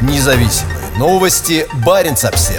Независимые новости. Баренц-Обсервер.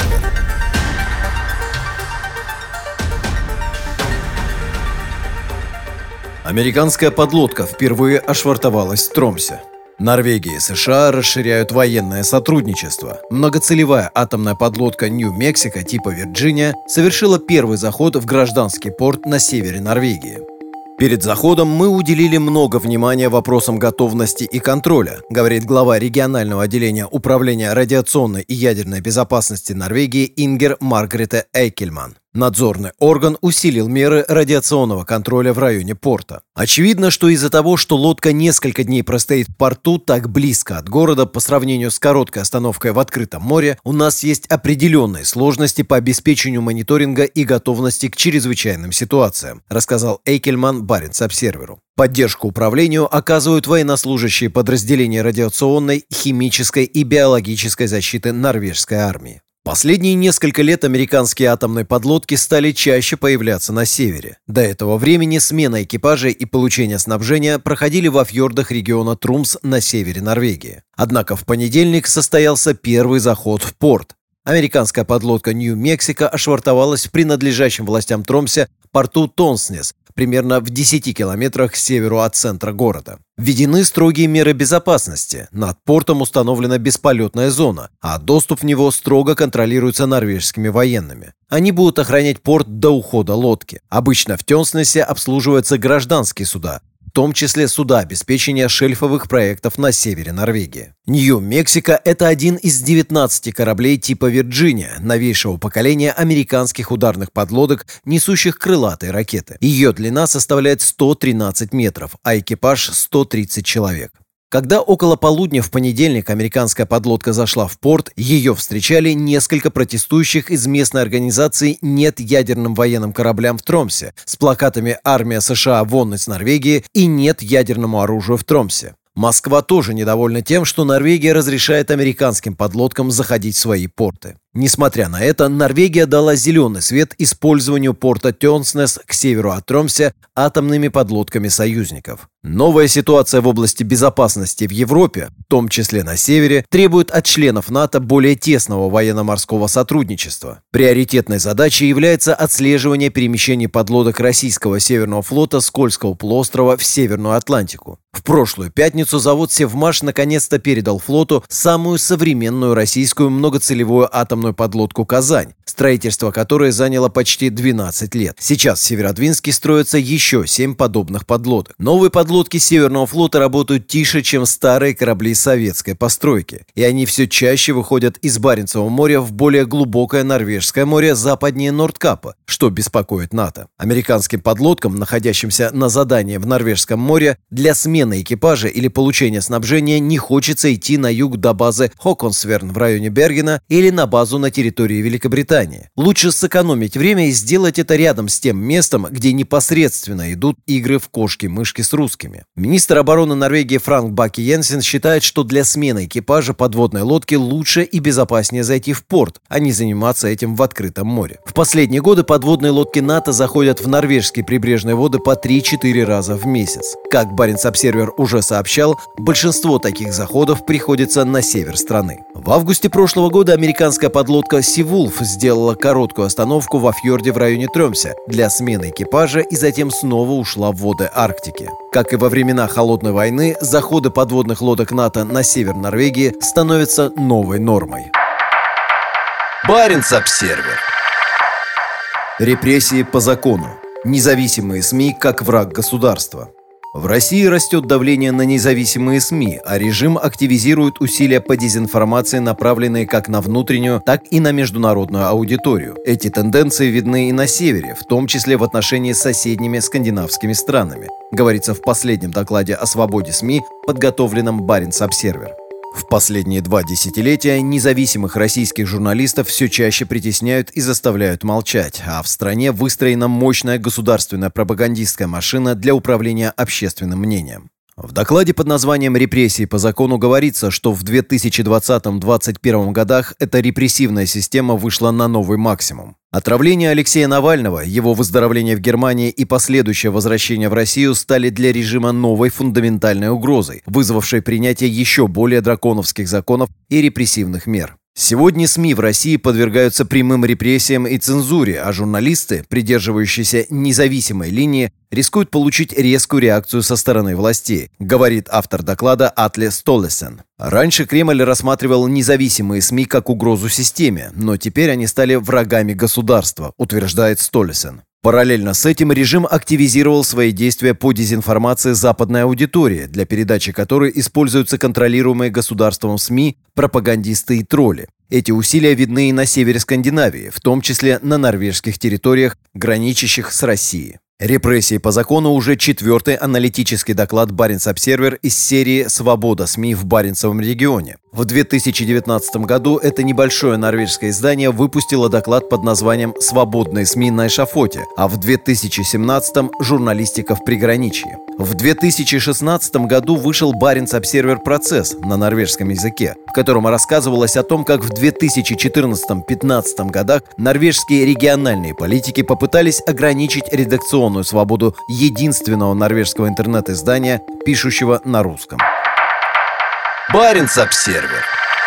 Американская подлодка впервые ошвартовалась в Тромсе. Норвегия и США расширяют военное сотрудничество. Многоцелевая атомная подлодка Нью-Мексико типа Вирджиния совершила первый заход в гражданский порт на севере Норвегии. Перед заходом мы уделили много внимания вопросам готовности и контроля, говорит глава регионального отделения Управления радиационной и ядерной безопасности Норвегии Ингер Маргрете Эйкельман. Надзорный орган усилил меры радиационного контроля в районе порта. Очевидно, что из-за того, что лодка несколько дней простоит в порту так близко от города по сравнению с короткой остановкой в открытом море, у нас есть определенные сложности по обеспечению мониторинга и готовности к чрезвычайным ситуациям, рассказал Эйкельман Баренц-Обсерверу. Поддержку управлению оказывают военнослужащие подразделения радиационной, химической и биологической защиты норвежской армии. Последние несколько лет американские атомные подлодки стали чаще появляться на севере. До этого времени смена экипажей и получение снабжения проходили во фьордах региона Трумс на севере Норвегии. Однако в понедельник состоялся первый заход в порт. Американская подлодка Нью-Мексико ошвартовалась в принадлежащем властям Тромсе порту Тонснес, примерно в 10 километрах к северу от центра города. Введены строгие меры безопасности. Над портом установлена бесполетная зона, а доступ в него строго контролируется норвежскими военными. Они будут охранять порт до ухода лодки. Обычно в Тонснесе обслуживаются гражданские суда, в том числе суда обеспечения шельфовых проектов на севере Норвегии. Нью-Мексико – это один из 19 кораблей типа «Вирджиния», новейшего поколения американских ударных подлодок, несущих крылатые ракеты. Ее длина составляет 113 метров, а экипаж – 130 человек. Когда около полудня в понедельник американская подлодка зашла в порт, ее встречали несколько протестующих из местной организации «Нет ядерным военным кораблям в Тромсе» с плакатами «Армия США вон из Норвегии» и «Нет ядерному оружию в Тромсе». Москва тоже недовольна тем, что Норвегия разрешает американским подлодкам заходить в свои порты. Несмотря на это, Норвегия дала зеленый свет использованию порта Тонснес к северу от Тромсе атомными подлодками союзников. Новая ситуация в области безопасности в Европе, в том числе на севере, требует от членов НАТО более тесного военно-морского сотрудничества. Приоритетной задачей является отслеживание перемещений подлодок российского Северного флота с Кольского полуострова в Северную Атлантику. В прошлую пятницу завод «Севмаш» наконец-то передал флоту самую современную российскую многоцелевую атомную подлодку «Казань», строительство которой заняло почти 12 лет. Сейчас в Северодвинске строятся еще 7 подобных подлодок. Новые подлодки Северного флота работают тише, чем старые корабли советской постройки, и они все чаще выходят из Баренцевого моря в более глубокое Норвежское море западнее Нордкапа, что беспокоит НАТО. Американским подлодкам, находящимся на задании в Норвежском море, для смены экипажа или получения снабжения не хочется идти на юг до базы Хоконсверн в районе Бергена или на базу на территории Великобритании. Лучше сэкономить время и сделать это рядом с тем местом, где непосредственно идут игры в кошки-мышки с русскими. Министр обороны Норвегии Франк Баки-Йенсен считает, что для смены экипажа подводной лодки лучше и безопаснее зайти в порт, а не заниматься этим в открытом море. В последние годы подводные лодки НАТО заходят в норвежские прибрежные воды по 3-4 раза в месяц. Как Баренц-Обсервер уже сообщал, большинство таких заходов приходится на север страны. В августе прошлого года американская подлодка «Сивулф» сделала короткую остановку во фьорде в районе Тромсе для смены экипажа и затем снова ушла в воды Арктики. Как и во времена Холодной войны, заходы подводных лодок НАТО на север Норвегии становятся новой нормой. Баренц-Обсервер. Репрессии по закону. Независимые СМИ как враг государства. В России растет давление на независимые СМИ, а режим активизирует усилия по дезинформации, направленные как на внутреннюю, так и на международную аудиторию. Эти тенденции видны и на севере, в том числе в отношении с соседними скандинавскими странами, говорится в последнем докладе о свободе СМИ, подготовленном Баренц-Обсервер. В последние 2 десятилетия независимых российских журналистов все чаще притесняют и заставляют молчать, а в стране выстроена мощная государственная пропагандистская машина для управления общественным мнением. В докладе под названием «Репрессии по закону» говорится, что в 2020-2021 годах эта репрессивная система вышла на новый максимум. Отравление Алексея Навального, его выздоровление в Германии и последующее возвращение в Россию стали для режима новой фундаментальной угрозой, вызвавшей принятие еще более драконовских законов и репрессивных мер. Сегодня СМИ в России подвергаются прямым репрессиям и цензуре, а журналисты, придерживающиеся независимой линии, рискуют получить резкую реакцию со стороны властей, говорит автор доклада Атле Столесен. Раньше Кремль рассматривал независимые СМИ как угрозу системе, но теперь они стали врагами государства, утверждает Столесен. Параллельно с этим режим активизировал свои действия по дезинформации западной аудитории, для передачи которой используются контролируемые государством СМИ, пропагандисты и тролли. Эти усилия видны и на севере Скандинавии, в том числе на норвежских территориях, граничащих с Россией. Репрессии по закону уже 4-й аналитический доклад Баренц-Обсервер из серии «Свобода СМИ в Баренцевом регионе». В 2019 году это небольшое норвежское издание выпустило доклад под названием «Свободные СМИ на эшафоте», а в 2017 «Журналистика в приграничье». В 2016 году вышел Баренц-Обсервер «Процесс» на норвежском языке, в котором рассказывалось о том, как в 2014-2015 годах норвежские региональные политики попытались ограничить редакционную свободу единственного норвежского интернет-издания, пишущего на русском. Баренц-Обсервер.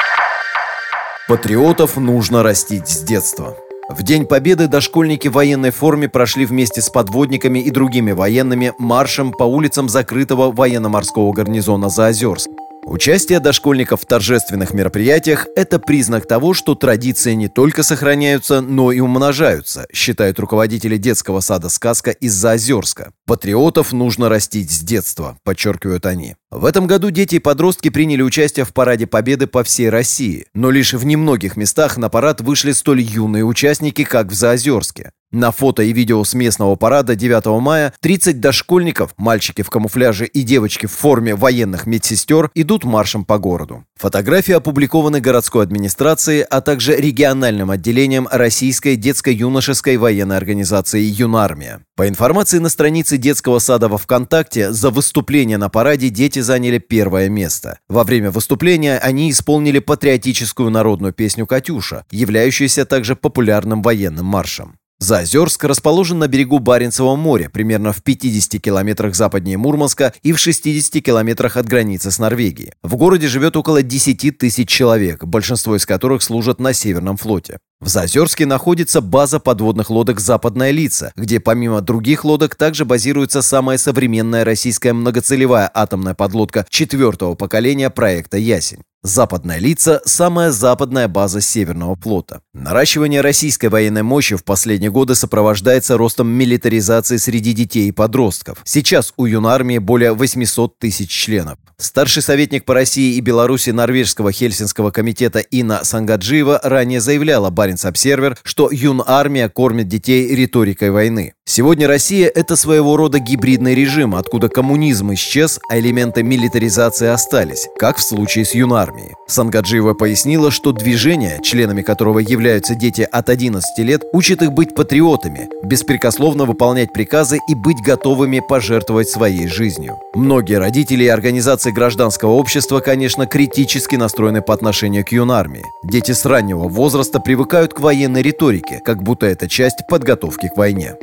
Патриотов нужно растить с детства. В День Победы дошкольники в военной форме прошли вместе с подводниками и другими военными маршем по улицам закрытого военно-морского гарнизона Заозерск. Участие дошкольников в торжественных мероприятиях – это признак того, что традиции не только сохраняются, но и умножаются, считают руководители детского сада «Сказка» из Заозерска. Патриотов нужно растить с детства, подчеркивают они. В этом году дети и подростки приняли участие в Параде Победы по всей России, но лишь в немногих местах на парад вышли столь юные участники, как в Заозерске. На фото и видео с местного парада 9 мая 30 дошкольников, мальчики в камуфляже и девочки в форме военных медсестер, идут маршем по городу. Фотографии опубликованы городской администрацией, а также региональным отделением Российской детско-юношеской военной организации «Юнармия». По информации на странице детского сада во ВКонтакте, за выступление на параде дети заняли первое место. Во время выступления они исполнили патриотическую народную песню «Катюша», являющуюся также популярным военным маршем. Заозерск расположен на берегу Баренцева моря, примерно в 50 километрах западнее Мурманска и в 60 километрах от границы с Норвегией. В городе живет около 10 тысяч человек, большинство из которых служат на Северном флоте. В Заозерске находится база подводных лодок «Западная Лица», где помимо других лодок также базируется самая современная российская многоцелевая атомная подлодка 4-го поколения проекта «Ясень». «Западная Лица» – самая западная база Северного флота. Наращивание российской военной мощи в последние годы сопровождается ростом милитаризации среди детей и подростков. Сейчас у Юнармии более 800 тысяч членов. Старший советник по России и Беларуси Норвежского Хельсинского комитета Инна Сангаджиева ранее заявляла Баренц-Обсервер, что Юнармия кормит детей риторикой войны. Сегодня Россия – это своего рода гибридный режим, откуда коммунизм исчез, а элементы милитаризации остались, как в случае с Юнармией. Сангаджиева пояснила, что движение, членами которого являются дети от 11 лет, учит их быть патриотами, беспрекословно выполнять приказы и быть готовыми пожертвовать своей жизнью. Многие родители и организации гражданского общества, конечно, критически настроены по отношению к Юнармии. Дети с раннего возраста привыкают к военной риторике, как будто это часть подготовки к войне.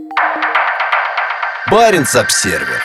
Баренц-Обсервер.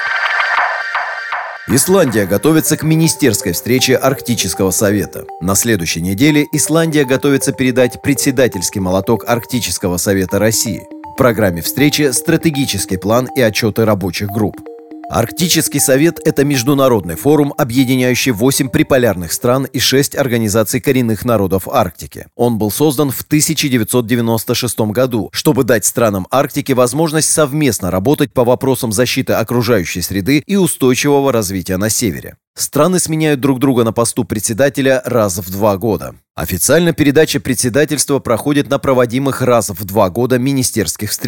Исландия готовится к министерской встрече Арктического совета. На следующей неделе Исландия готовится передать председательский молоток Арктического совета России. В программе встречи стратегический план и отчеты рабочих групп. Арктический совет – это международный форум, объединяющий 8 приполярных стран и 6 организаций коренных народов Арктики. Он был создан в 1996 году, чтобы дать странам Арктики возможность совместно работать по вопросам защиты окружающей среды и устойчивого развития на севере. Страны сменяют друг друга на посту председателя раз в 2 года. Официально передача председательства проходит на проводимых раз в 2 года министерских встречах.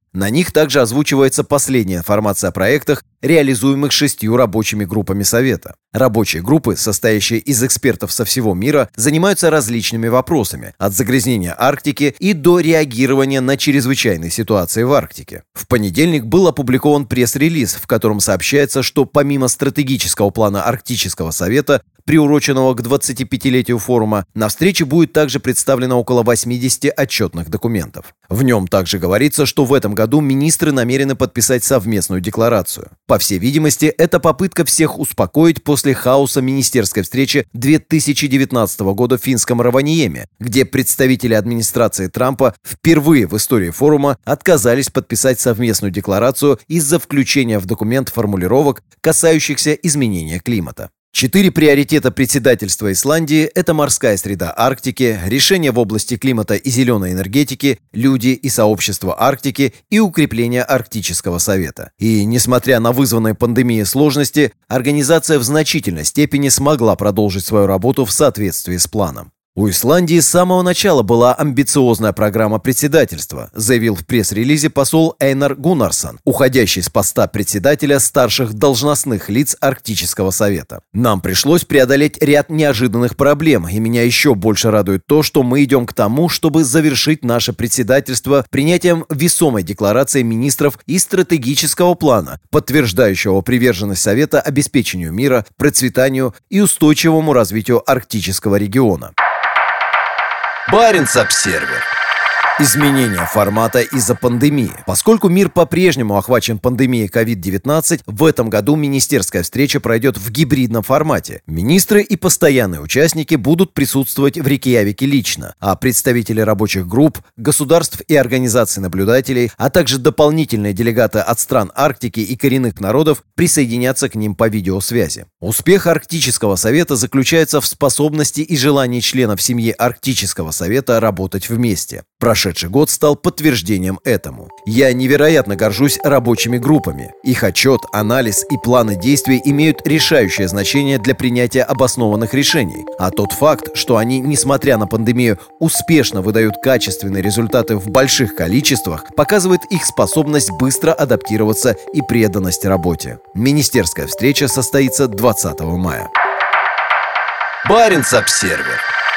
На них также озвучивается последняя информация о проектах, реализуемых 6 рабочими группами Совета. Рабочие группы, состоящие из экспертов со всего мира, занимаются различными вопросами, от загрязнения Арктики и до реагирования на чрезвычайные ситуации в Арктике. В понедельник был опубликован пресс-релиз, в котором сообщается, что помимо стратегического плана Арктического совета, приуроченного к 25-летию форума, на встрече будет также представлено около 80 отчетных документов. В нем также говорится, что в этом году министры намерены подписать совместную декларацию. По всей видимости, это попытка всех успокоить после хаоса министерской встречи 2019 года в финском Раваньеме, где представители администрации Трампа впервые в истории форума отказались подписать совместную декларацию из-за включения в документ формулировок, касающихся изменения климата. 4 приоритета председательства Исландии – это морская среда Арктики, решения в области климата и зеленой энергетики, люди и сообщество Арктики и укрепление Арктического совета. И, несмотря на вызванные пандемией сложности, организация в значительной степени смогла продолжить свою работу в соответствии с планом. У Исландии с самого начала была амбициозная программа председательства, заявил в пресс-релизе посол Эйнар Гуннарсон, уходящий с поста председателя старших должностных лиц Арктического совета. «Нам пришлось преодолеть ряд неожиданных проблем, и меня еще больше радует то, что мы идем к тому, чтобы завершить наше председательство принятием весомой декларации министров и стратегического плана, подтверждающего приверженность Совета обеспечению мира, процветанию и устойчивому развитию арктического региона». Баренц-Обсервер. Изменение формата из-за пандемии. Поскольку мир по-прежнему охвачен пандемией COVID-19, в этом году министерская встреча пройдет в гибридном формате. Министры и постоянные участники будут присутствовать в Рейкьявике лично, а представители рабочих групп, государств и организаций наблюдателей, а также дополнительные делегаты от стран Арктики и коренных народов присоединятся к ним по видеосвязи. Успех Арктического совета заключается в способности и желании членов семьи Арктического совета работать вместе. Прошедший год стал подтверждением этому. Я невероятно горжусь рабочими группами. Их отчет, анализ и планы действий имеют решающее значение для принятия обоснованных решений. А тот факт, что они, несмотря на пандемию, успешно выдают качественные результаты в больших количествах, показывает их способность быстро адаптироваться и преданность работе. Министерская встреча состоится 20 мая. Баренц-Обсервер.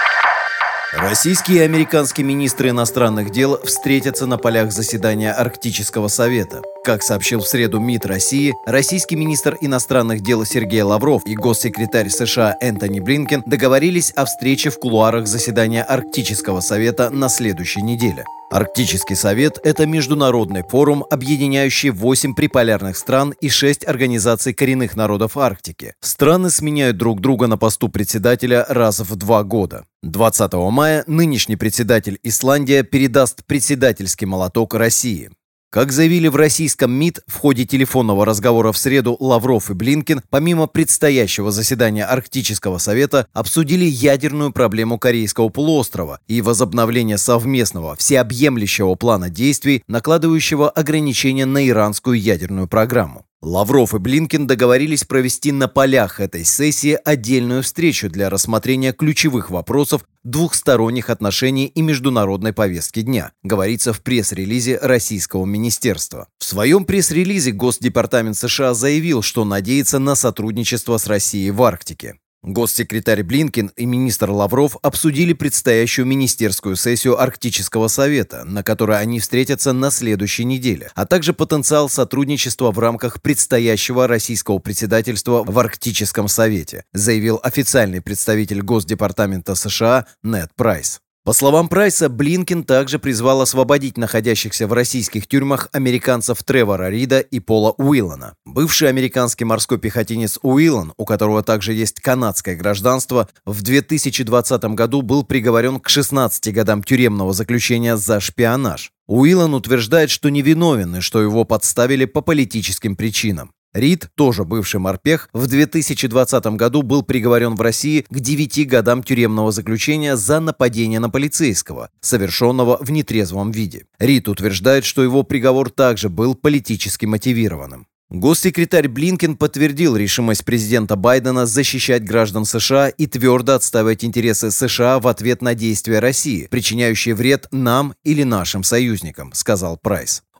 Российские и американские министры иностранных дел встретятся на полях заседания Арктического совета. Как сообщил в среду МИД России, российский министр иностранных дел Сергей Лавров и госсекретарь США Энтони Блинкен договорились о встрече в кулуарах заседания Арктического совета на следующей неделе. Арктический совет – это международный форум, объединяющий 8 приполярных стран и 6 организаций коренных народов Арктики. Страны сменяют друг друга на посту председателя раз в 2 года. 20 мая нынешний председатель Исландия передаст председательский молоток России. Как заявили в российском МИД, в ходе телефонного разговора в среду Лавров и Блинкен, помимо предстоящего заседания Арктического совета, обсудили ядерную проблему Корейского полуострова и возобновление совместного всеобъемлющего плана действий, накладывающего ограничения на иранскую ядерную программу. Лавров и Блинкен договорились провести на полях этой сессии отдельную встречу для рассмотрения ключевых вопросов двухсторонних отношений и международной повестки дня, говорится в пресс-релизе российского министерства. В своем пресс-релизе Госдепартамент США заявил, что надеется на сотрудничество с Россией в Арктике. Госсекретарь Блинкен и министр Лавров обсудили предстоящую министерскую сессию Арктического совета, на которой они встретятся на следующей неделе, а также потенциал сотрудничества в рамках предстоящего российского председательства в Арктическом совете, заявил официальный представитель Госдепартамента США Нед Прайс. По словам Прайса, Блинкен также призвал освободить находящихся в российских тюрьмах американцев Тревора Рида и Пола Уиллана. Бывший американский морской пехотинец Уиллан, у которого также есть канадское гражданство, в 2020 году был приговорен к 16 годам тюремного заключения за шпионаж. Уиллан утверждает, что невиновен и что его подставили по политическим причинам. Рид, тоже бывший морпех, в 2020 году был приговорен в России к 9 годам тюремного заключения за нападение на полицейского, совершенного в нетрезвом виде. Рид утверждает, что его приговор также был политически мотивированным. Госсекретарь Блинкен подтвердил решимость президента Байдена защищать граждан США и твердо отстаивать интересы США в ответ на действия России, причиняющие вред нам или нашим союзникам, сказал Прайс.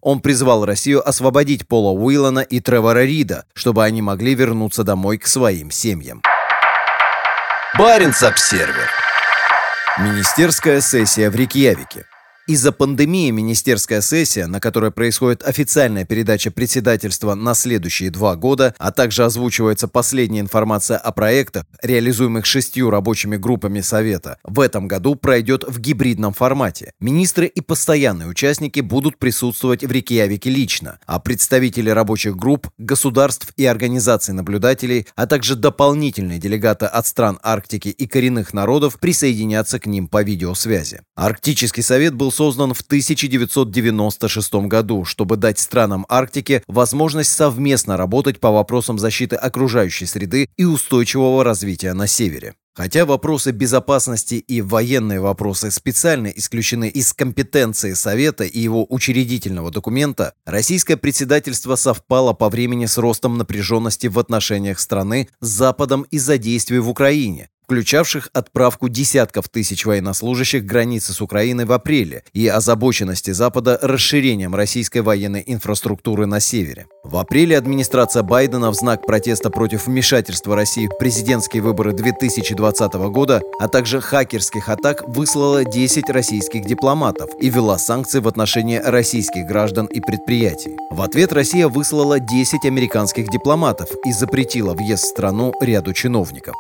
Он призвал Россию освободить Пола Уиллана и Тревора Рида, чтобы они могли вернуться домой к своим семьям. Баренц-Обсервер. Министерская сессия в Рейкьявике. Из-за пандемии министерская сессия, на которой происходит официальная передача председательства на следующие 2 года, а также озвучивается последняя информация о проектах, реализуемых 6 рабочими группами Совета, в этом году пройдет в гибридном формате. Министры и постоянные участники будут присутствовать в Рейкьявике лично, а представители рабочих групп, государств и организаций наблюдателей, а также дополнительные делегаты от стран Арктики и коренных народов присоединятся к ним по видеосвязи. Арктический совет был создан в 1996 году, чтобы дать странам Арктики возможность совместно работать по вопросам защиты окружающей среды и устойчивого развития на Севере. Хотя вопросы безопасности и военные вопросы специально исключены из компетенции Совета и его учредительного документа, российское председательство совпало по времени с ростом напряженности в отношениях страны с Западом из-за действий в Украине, включавших отправку десятков тысяч военнослужащих к границе с Украиной в апреле и озабоченности Запада расширением российской военной инфраструктуры на севере. В апреле администрация Байдена в знак протеста против вмешательства России в президентские выборы 2020 года, а также хакерских атак выслала 10 российских дипломатов и ввела санкции в отношении российских граждан и предприятий. В ответ Россия выслала 10 американских дипломатов и запретила въезд в страну ряду чиновников.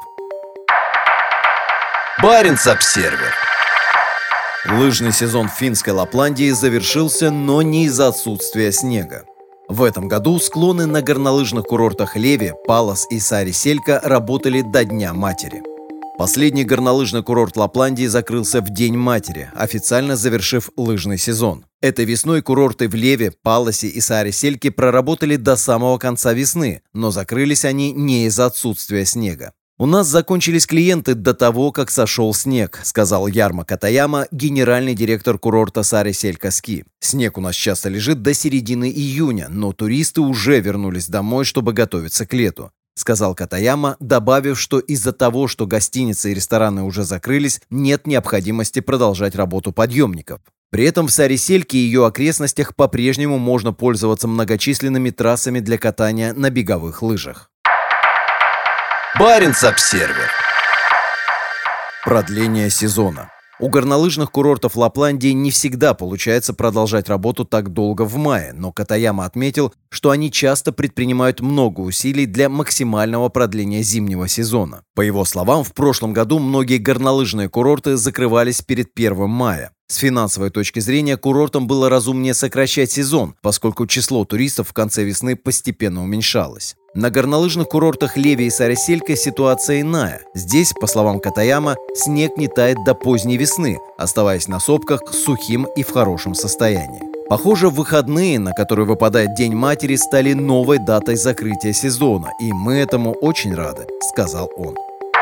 Баренц-Обсервер. Лыжный сезон в финской Лапландии завершился, но не из-за отсутствия снега. В этом году склоны на горнолыжных курортах Леви, Палас и Саареселькка работали до Дня матери. Последний горнолыжный курорт Лапландии закрылся в День матери, официально завершив лыжный сезон. Этой весной курорты в Леве, Паласе и Саареселькке проработали до самого конца весны, но закрылись они не из-за отсутствия снега. «У нас закончились клиенты до того, как сошел снег», — сказал Ярмо Катаяма, генеральный директор курорта Саареселькка Ски. «Снег у нас часто лежит до середины июня, но туристы уже вернулись домой, чтобы готовиться к лету», — сказал Катаяма, добавив, что из-за того, что гостиницы и рестораны уже закрылись, нет необходимости продолжать работу подъемников. При этом в Саареселькке и ее окрестностях по-прежнему можно пользоваться многочисленными трассами для катания на беговых лыжах. Баренц-Обсервер. Продление сезона. У горнолыжных курортов Лапландии не всегда получается продолжать работу так долго в мае, но Катаяма отметил, что они часто предпринимают много усилий для максимального продления зимнего сезона. По его словам, в прошлом году многие горнолыжные курорты закрывались перед 1 мая. С финансовой точки зрения курортам было разумнее сокращать сезон, поскольку число туристов в конце весны постепенно уменьшалось. На горнолыжных курортах Леви и Саареселькка ситуация иная. Здесь, по словам Катаяма, снег не тает до поздней весны, оставаясь на сопках сухим и в хорошем состоянии. Похоже, выходные, на которые выпадает День матери, стали новой датой закрытия сезона, и мы этому очень рады, сказал он.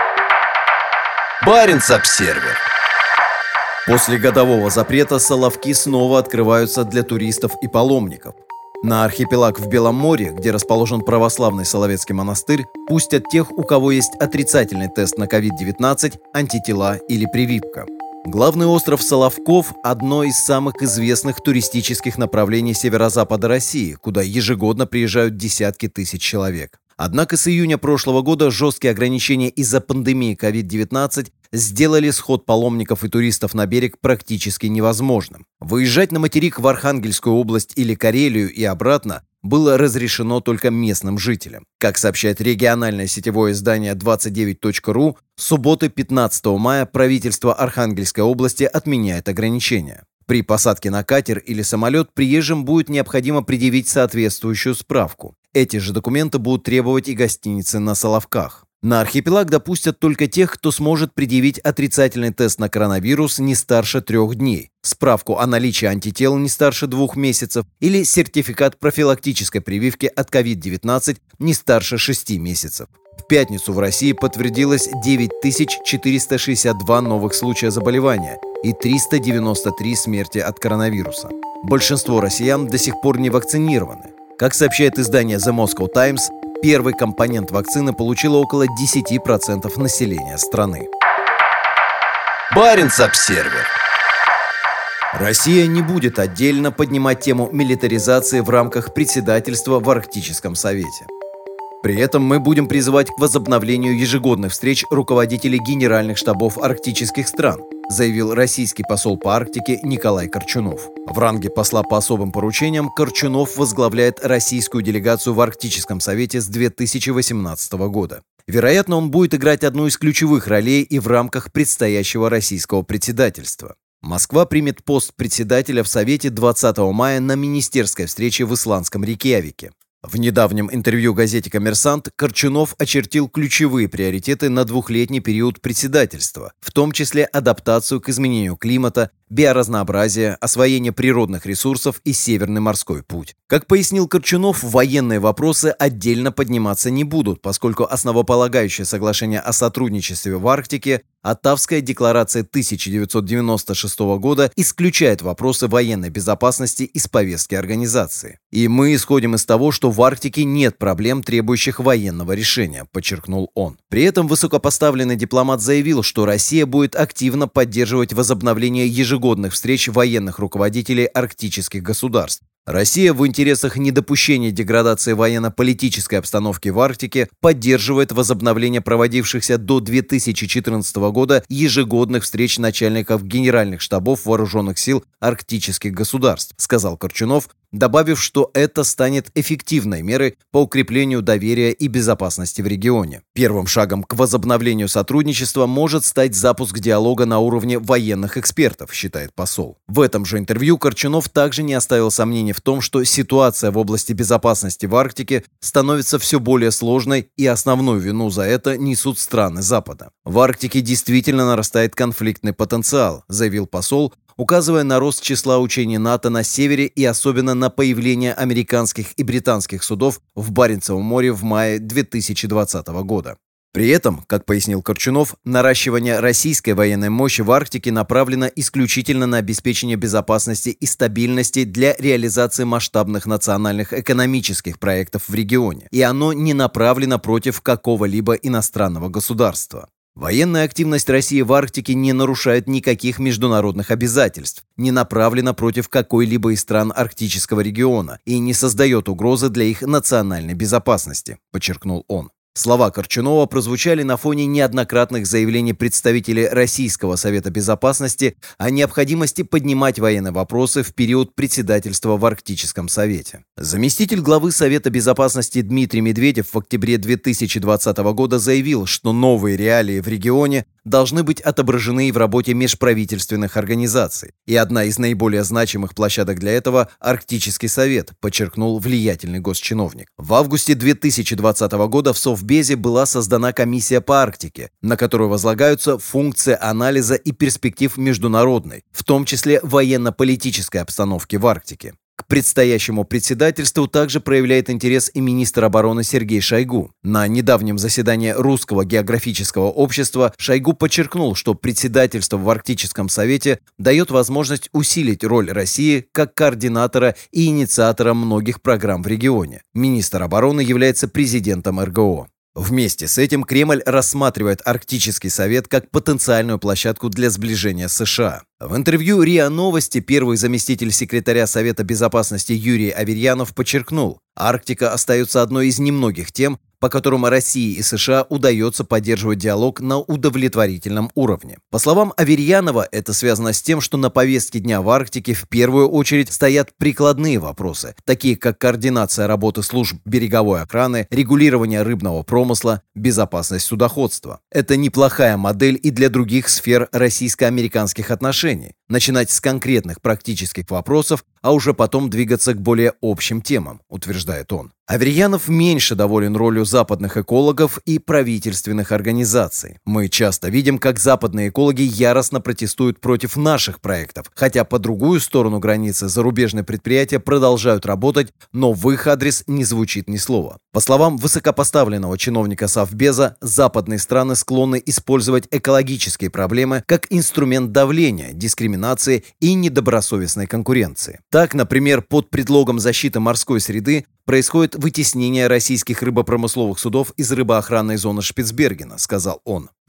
Баренц-Обсервер. После годового запрета Соловки снова открываются для туристов и паломников. На архипелаг в Белом море, где расположен православный Соловецкий монастырь, пустят тех, у кого есть отрицательный тест на COVID-19, антитела или прививка. Главный остров Соловков – одно из самых известных туристических направлений северо-запада России, куда ежегодно приезжают десятки тысяч человек. Однако с июня прошлого года жесткие ограничения из-за пандемии COVID-19 сделали сход паломников и туристов на берег практически невозможным. Выезжать на материк в Архангельскую область или Карелию и обратно было разрешено только местным жителям. Как сообщает региональное сетевое издание 29.ru, с субботы 15 мая правительство Архангельской области отменяет ограничения. При посадке на катер или самолет приезжим будет необходимо предъявить соответствующую справку. Эти же документы будут требовать и гостиницы на Соловках. На архипелаг допустят только тех, кто сможет предъявить отрицательный тест на коронавирус не старше 3 дней, справку о наличии антител не старше 2 месяцев или сертификат профилактической прививки от COVID-19 не старше 6 месяцев. В пятницу в России подтвердилось 9462 новых случая заболевания и 393 смерти от коронавируса. Большинство россиян до сих пор не вакцинированы. Как сообщает издание The Moscow Times, первый компонент вакцины получило около 10% населения страны. Баренц-Обсервер. Россия не будет отдельно поднимать тему милитаризации в рамках председательства в Арктическом совете. При этом мы будем призывать к возобновлению ежегодных встреч руководителей генеральных штабов арктических стран, заявил российский посол по Арктике Николай Корчунов. В ранге посла по особым поручениям Корчунов возглавляет российскую делегацию в Арктическом совете с 2018 года. Вероятно, он будет играть одну из ключевых ролей и в рамках предстоящего российского председательства. Москва примет пост председателя в Совете 20 мая на министерской встрече в исландском Рейкьявике. В недавнем интервью газете «Коммерсант» Корчунов очертил ключевые приоритеты на двухлетний период председательства, в том числе адаптацию к изменению климата, биоразнообразие, освоение природных ресурсов и Северный морской путь. Как пояснил Корчунов, военные вопросы отдельно подниматься не будут, поскольку основополагающее соглашение о сотрудничестве в Арктике, Оттавская декларация 1996 года, исключает вопросы военной безопасности из повестки организации. «И мы исходим из того, что в Арктике нет проблем, требующих военного решения», подчеркнул он. При этом высокопоставленный дипломат заявил, что Россия будет активно поддерживать возобновление ежегодных встреч военных руководителей арктических государств. Россия в интересах недопущения деградации военно-политической обстановки в Арктике поддерживает возобновление проводившихся до 2014 года ежегодных встреч начальников генеральных штабов вооруженных сил арктических государств, сказал Корчунов, добавив, что это станет эффективной мерой по укреплению доверия и безопасности в регионе. Первым шагом к возобновлению сотрудничества может стать запуск диалога на уровне военных экспертов, считает посол. В этом же интервью Корчунов также не оставил сомнений в том, что ситуация в области безопасности в Арктике становится все более сложной, и основную вину за это несут страны Запада. В Арктике действительно нарастает конфликтный потенциал, заявил посол, указывая на рост числа учений НАТО на севере и особенно на появление американских и британских судов в Баренцевом море в мае 2020 года. При этом, как пояснил Корчунов, наращивание российской военной мощи в Арктике направлено исключительно на обеспечение безопасности и стабильности для реализации масштабных национальных экономических проектов в регионе, и оно не направлено против какого-либо иностранного государства. Военная активность России в Арктике не нарушает никаких международных обязательств, не направлена против какой-либо из стран арктического региона и не создает угрозы для их национальной безопасности, подчеркнул он. Слова Корчунова прозвучали на фоне неоднократных заявлений представителей Российского Совета Безопасности о необходимости поднимать военные вопросы в период председательства в Арктическом Совете. Заместитель главы Совета Безопасности Дмитрий Медведев в октябре 2020 года заявил, что новые реалии в регионе должны быть отображены и в работе межправительственных организаций. И одна из наиболее значимых площадок для этого – Арктический совет, подчеркнул влиятельный госчиновник. В августе 2020 года в Совбезе была создана комиссия по Арктике, на которую возлагаются функции анализа и перспектив международной, в том числе военно-политической обстановки в Арктике. К предстоящему председательству также проявляет интерес и министр обороны Сергей Шойгу. На недавнем заседании Русского географического общества Шойгу подчеркнул, что председательство в Арктическом совете дает возможность усилить роль России как координатора и инициатора многих программ в регионе. Министр обороны является президентом РГО. Вместе с этим Кремль рассматривает Арктический совет как потенциальную площадку для сближения с США. В интервью РИА Новости первый заместитель секретаря Совета Безопасности Юрий Аверьянов подчеркнул, Арктика остается одной из немногих тем, по которым России и США удается поддерживать диалог на удовлетворительном уровне. По словам Аверьянова, это связано с тем, что на повестке дня в Арктике в первую очередь стоят прикладные вопросы, такие как координация работы служб береговой охраны, регулирование рыбного промысла, безопасность судоходства. Это неплохая модель и для других сфер российско-американских отношений. Начинать с конкретных практических вопросов, а уже потом двигаться к более общим темам, утверждает он. Аверьянов меньше доволен ролью западных экологов и правительственных организаций. Мы часто видим, как западные экологи яростно протестуют против наших проектов, хотя по другую сторону границы зарубежные предприятия продолжают работать, но в их адрес не звучит ни слова. По словам высокопоставленного чиновника Совбеза, западные страны склонны использовать экологические проблемы как инструмент давления, дискриминации и недобросовестной конкуренции. Так, например, под предлогом защиты морской среды происходит вытеснение российских рыбопромысловых судов из рыбоохранной зоны Шпицбергена, сказал он.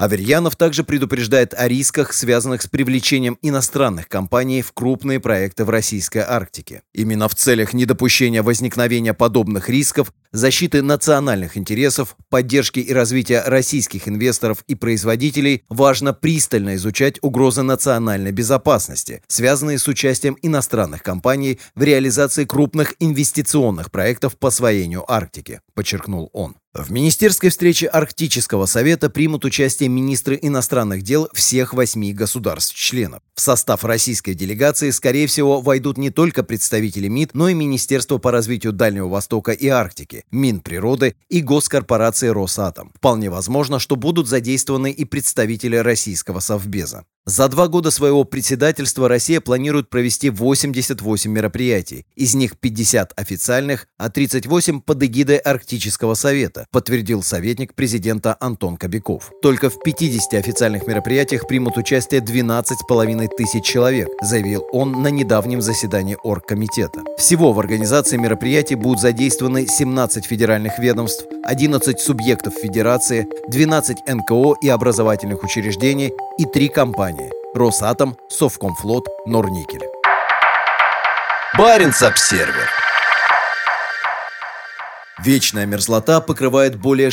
Аверьянов также предупреждает о рисках, связанных с привлечением иностранных компаний в крупные проекты в российской Арктике. Именно в целях недопущения возникновения подобных рисков, защиты национальных интересов, поддержки и развития российских инвесторов и производителей важно пристально изучать угрозы национальной безопасности, связанные с участием иностранных компаний в реализации крупных инвестиционных проектов по освоению Арктики, подчеркнул он. В министерской встрече Арктического совета примут участие министры иностранных дел всех 8 государств-членов. В состав российской делегации, скорее всего, войдут не только представители МИД, но и Министерство по развитию Дальнего Востока и Арктики, Минприроды и госкорпорации «Росатом». Вполне возможно, что будут задействованы и представители российского Совбеза. За 2 года своего председательства Россия планирует провести 88 мероприятий, из них 50 официальных, а 38 под эгидой Арктического совета, подтвердил советник президента Антон Кобяков. Только в 50 официальных мероприятиях примут участие 12,5 тысяч человек, заявил он на недавнем заседании Оргкомитета. Всего в организации мероприятий будут задействованы 17 федеральных ведомств, 11 субъектов федерации, 12 НКО и образовательных учреждений и 3 компании – Росатом, Совкомфлот, Норникель. Баренц-Обсервер. Вечная мерзлота покрывает более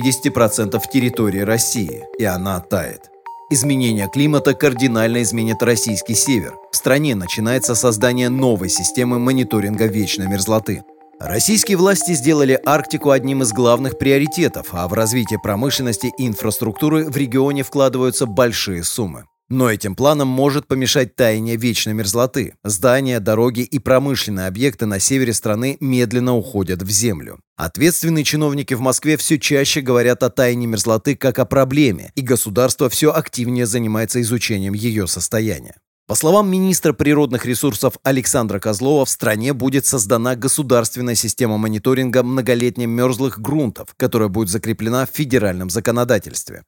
60% территории России, и она тает. Изменение климата кардинально изменит российский север. В стране начинается создание новой системы мониторинга вечной мерзлоты. Российские власти сделали Арктику одним из главных приоритетов, а в развитие промышленности и инфраструктуры в регионе вкладываются большие суммы. Но этим планам может помешать таяние вечной мерзлоты. Здания, дороги и промышленные объекты на севере страны медленно уходят в землю. Ответственные чиновники в Москве все чаще говорят о таянии мерзлоты как о проблеме, и государство все активнее занимается изучением ее состояния. По словам министра природных ресурсов Александра Козлова, в стране будет создана государственная система мониторинга многолетне мерзлых грунтов, которая будет закреплена в федеральном законодательстве.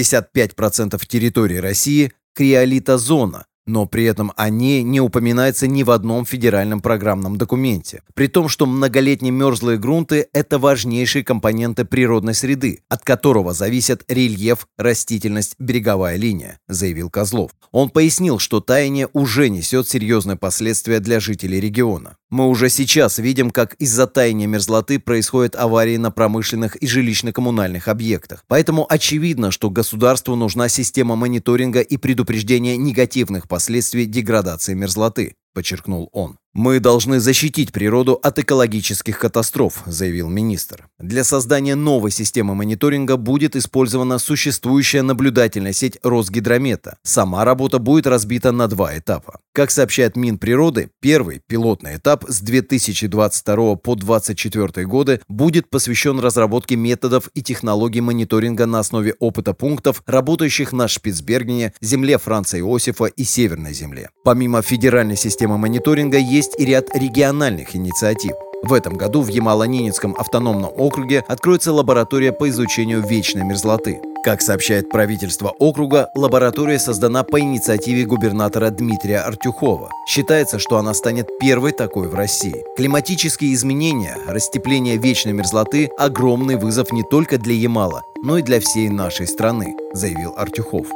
65% территории России – криолитозона, но при этом о ней не упоминается ни в одном федеральном программном документе. При том, что многолетние мерзлые грунты – это важнейшие компоненты природной среды, от которого зависят рельеф, растительность, береговая линия, заявил Козлов. Он пояснил, что таяние уже несет серьезные последствия для жителей региона. Мы уже сейчас видим, как из-за таяния мерзлоты происходят аварии на промышленных и жилищно-коммунальных объектах. Поэтому очевидно, что государству нужна система мониторинга и предупреждения негативных последствий деградации мерзлоты, подчеркнул он. «Мы должны защитить природу от экологических катастроф», заявил министр. Для создания новой системы мониторинга будет использована существующая наблюдательная сеть Росгидромета. Сама работа будет разбита на 2 этапа. Как сообщает Минприроды, первый пилотный этап с 2022 по 2024 годы будет посвящен разработке методов и технологий мониторинга на основе опыта пунктов, работающих на Шпицбергене, земле Франца Иосифа и Северной земле. Помимо федеральной системы мониторинга есть и ряд региональных инициатив. В этом году в Ямало-Ненецком автономном округе откроется лаборатория по изучению вечной мерзлоты. Как сообщает правительство округа, лаборатория создана по инициативе губернатора Дмитрия Артюхова. Считается, что она станет первой такой в России. Климатические изменения, растепление вечной мерзлоты – огромный вызов не только для Ямала, но и для всей нашей страны, заявил Артюхов.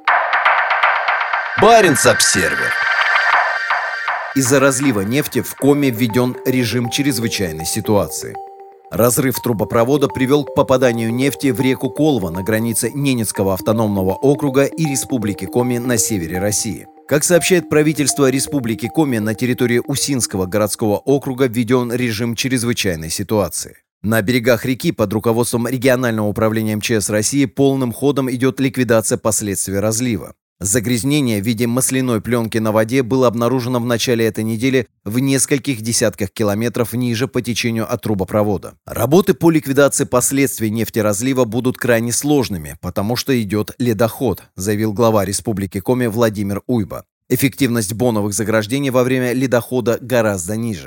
Баренц-Обсервер. Из-за разлива нефти в Коми введен режим чрезвычайной ситуации. Разрыв трубопровода привел к попаданию нефти в реку Колва на границе Ненецкого автономного округа и Республики Коми на севере России. Как сообщает правительство Республики Коми, на территории Усинского городского округа введен режим чрезвычайной ситуации. На берегах реки под руководством регионального управления МЧС России полным ходом идет ликвидация последствий разлива. Загрязнение в виде масляной пленки на воде было обнаружено в начале этой недели в нескольких десятках километров ниже по течению от трубопровода. Работы по ликвидации последствий нефтеразлива будут крайне сложными, потому что идет ледоход, заявил глава Республики Коми Владимир Уйба. Эффективность боновых заграждений во время ледохода гораздо ниже.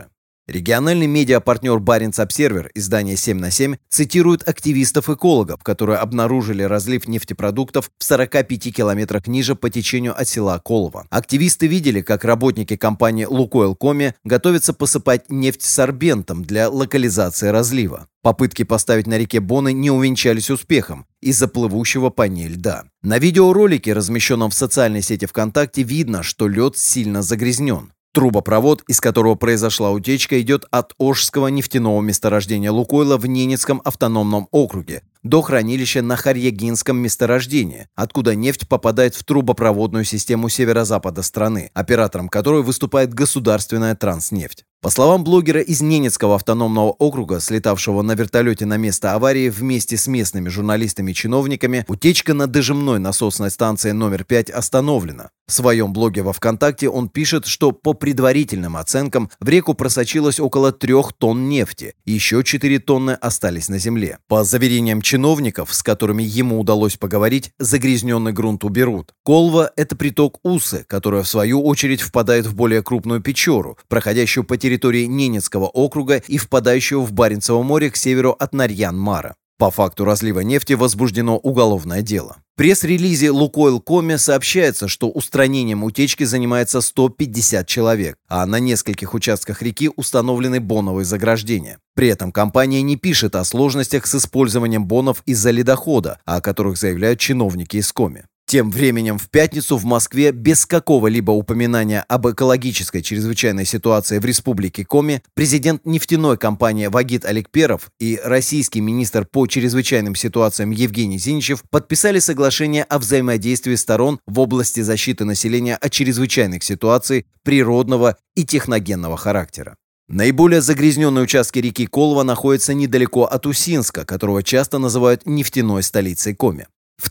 Региональный медиапартнер «Баренц-Обсервер», издание 7 на 7, цитирует активистов-экологов, которые обнаружили разлив нефтепродуктов в 45 километрах ниже по течению от села Колово. Активисты видели, как работники компании «Лукойл Коми» готовятся посыпать нефть сорбентом для локализации разлива. Попытки поставить на реке Боны не увенчались успехом из-за плывущего по ней льда. На видеоролике, размещенном в социальной сети ВКонтакте, видно, что лед сильно загрязнен. Трубопровод, из которого произошла утечка, идет от Ожского нефтяного месторождения «Лукойла» в Ненецком автономном округе до хранилища на Харьягинском месторождении, откуда нефть попадает в трубопроводную систему северо-запада страны, оператором которой выступает государственная Транснефть. По словам блогера из Ненецкого автономного округа, слетавшего на вертолете на место аварии вместе с местными журналистами и чиновниками, утечка на дожимной насосной станции номер 5 остановлена. В своем блоге во ВКонтакте он пишет, что по предварительным оценкам в реку просочилось около 3 тонн нефти, и еще 4 тонны остались на земле. По заверениям чиновников, с которыми ему удалось поговорить, загрязненный грунт уберут. Колва – это приток Усы, которая в свою очередь впадает в более крупную Печору, проходящую по территории Ненецкого округа и впадающую в Баренцево море к северу от Нарьян-Мара. По факту разлива нефти возбуждено уголовное дело. В пресс-релизе «Лукойл Коми» сообщается, что устранением утечки занимается 150 человек, а на нескольких участках реки установлены боновые заграждения. При этом компания не пишет о сложностях с использованием бонов из-за ледохода, о которых заявляют чиновники из Коми. Тем временем в пятницу в Москве без какого-либо упоминания об экологической чрезвычайной ситуации в республике Коми президент нефтяной компании Вагит Аликперов и российский министр по чрезвычайным ситуациям Евгений Зиничев подписали соглашение о взаимодействии сторон в области защиты населения от чрезвычайных ситуаций природного и техногенного характера. Наиболее загрязненные участки реки Колва находятся недалеко от Усинска, которого часто называют нефтяной столицей Коми. В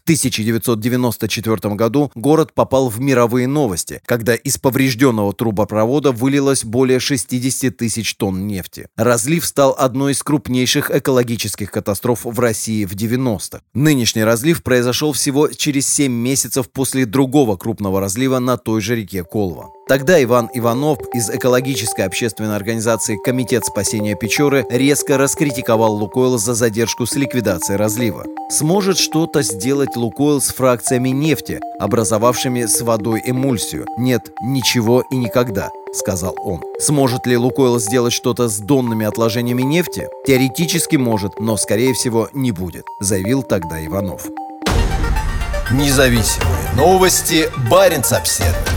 1994 году город попал в мировые новости, когда из поврежденного трубопровода вылилось более 60 тысяч тонн нефти. Разлив стал одной из крупнейших экологических катастроф в России в 90-х. Нынешний разлив произошел всего через 7 месяцев после другого крупного разлива на той же реке Колва. Тогда Иван Иванов из экологической общественной организации «Комитет спасения Печоры» резко раскритиковал «Лукойл» за задержку с ликвидацией разлива. Сможет что-то сделать «Лукойл» с фракциями нефти, образовавшими с водой эмульсию? Нет, ничего и никогда, сказал он. Сможет ли «Лукойл» сделать что-то с донными отложениями нефти? Теоретически может, но, скорее всего, не будет, заявил тогда Иванов. Независимые новости. Баренц-Обсервер.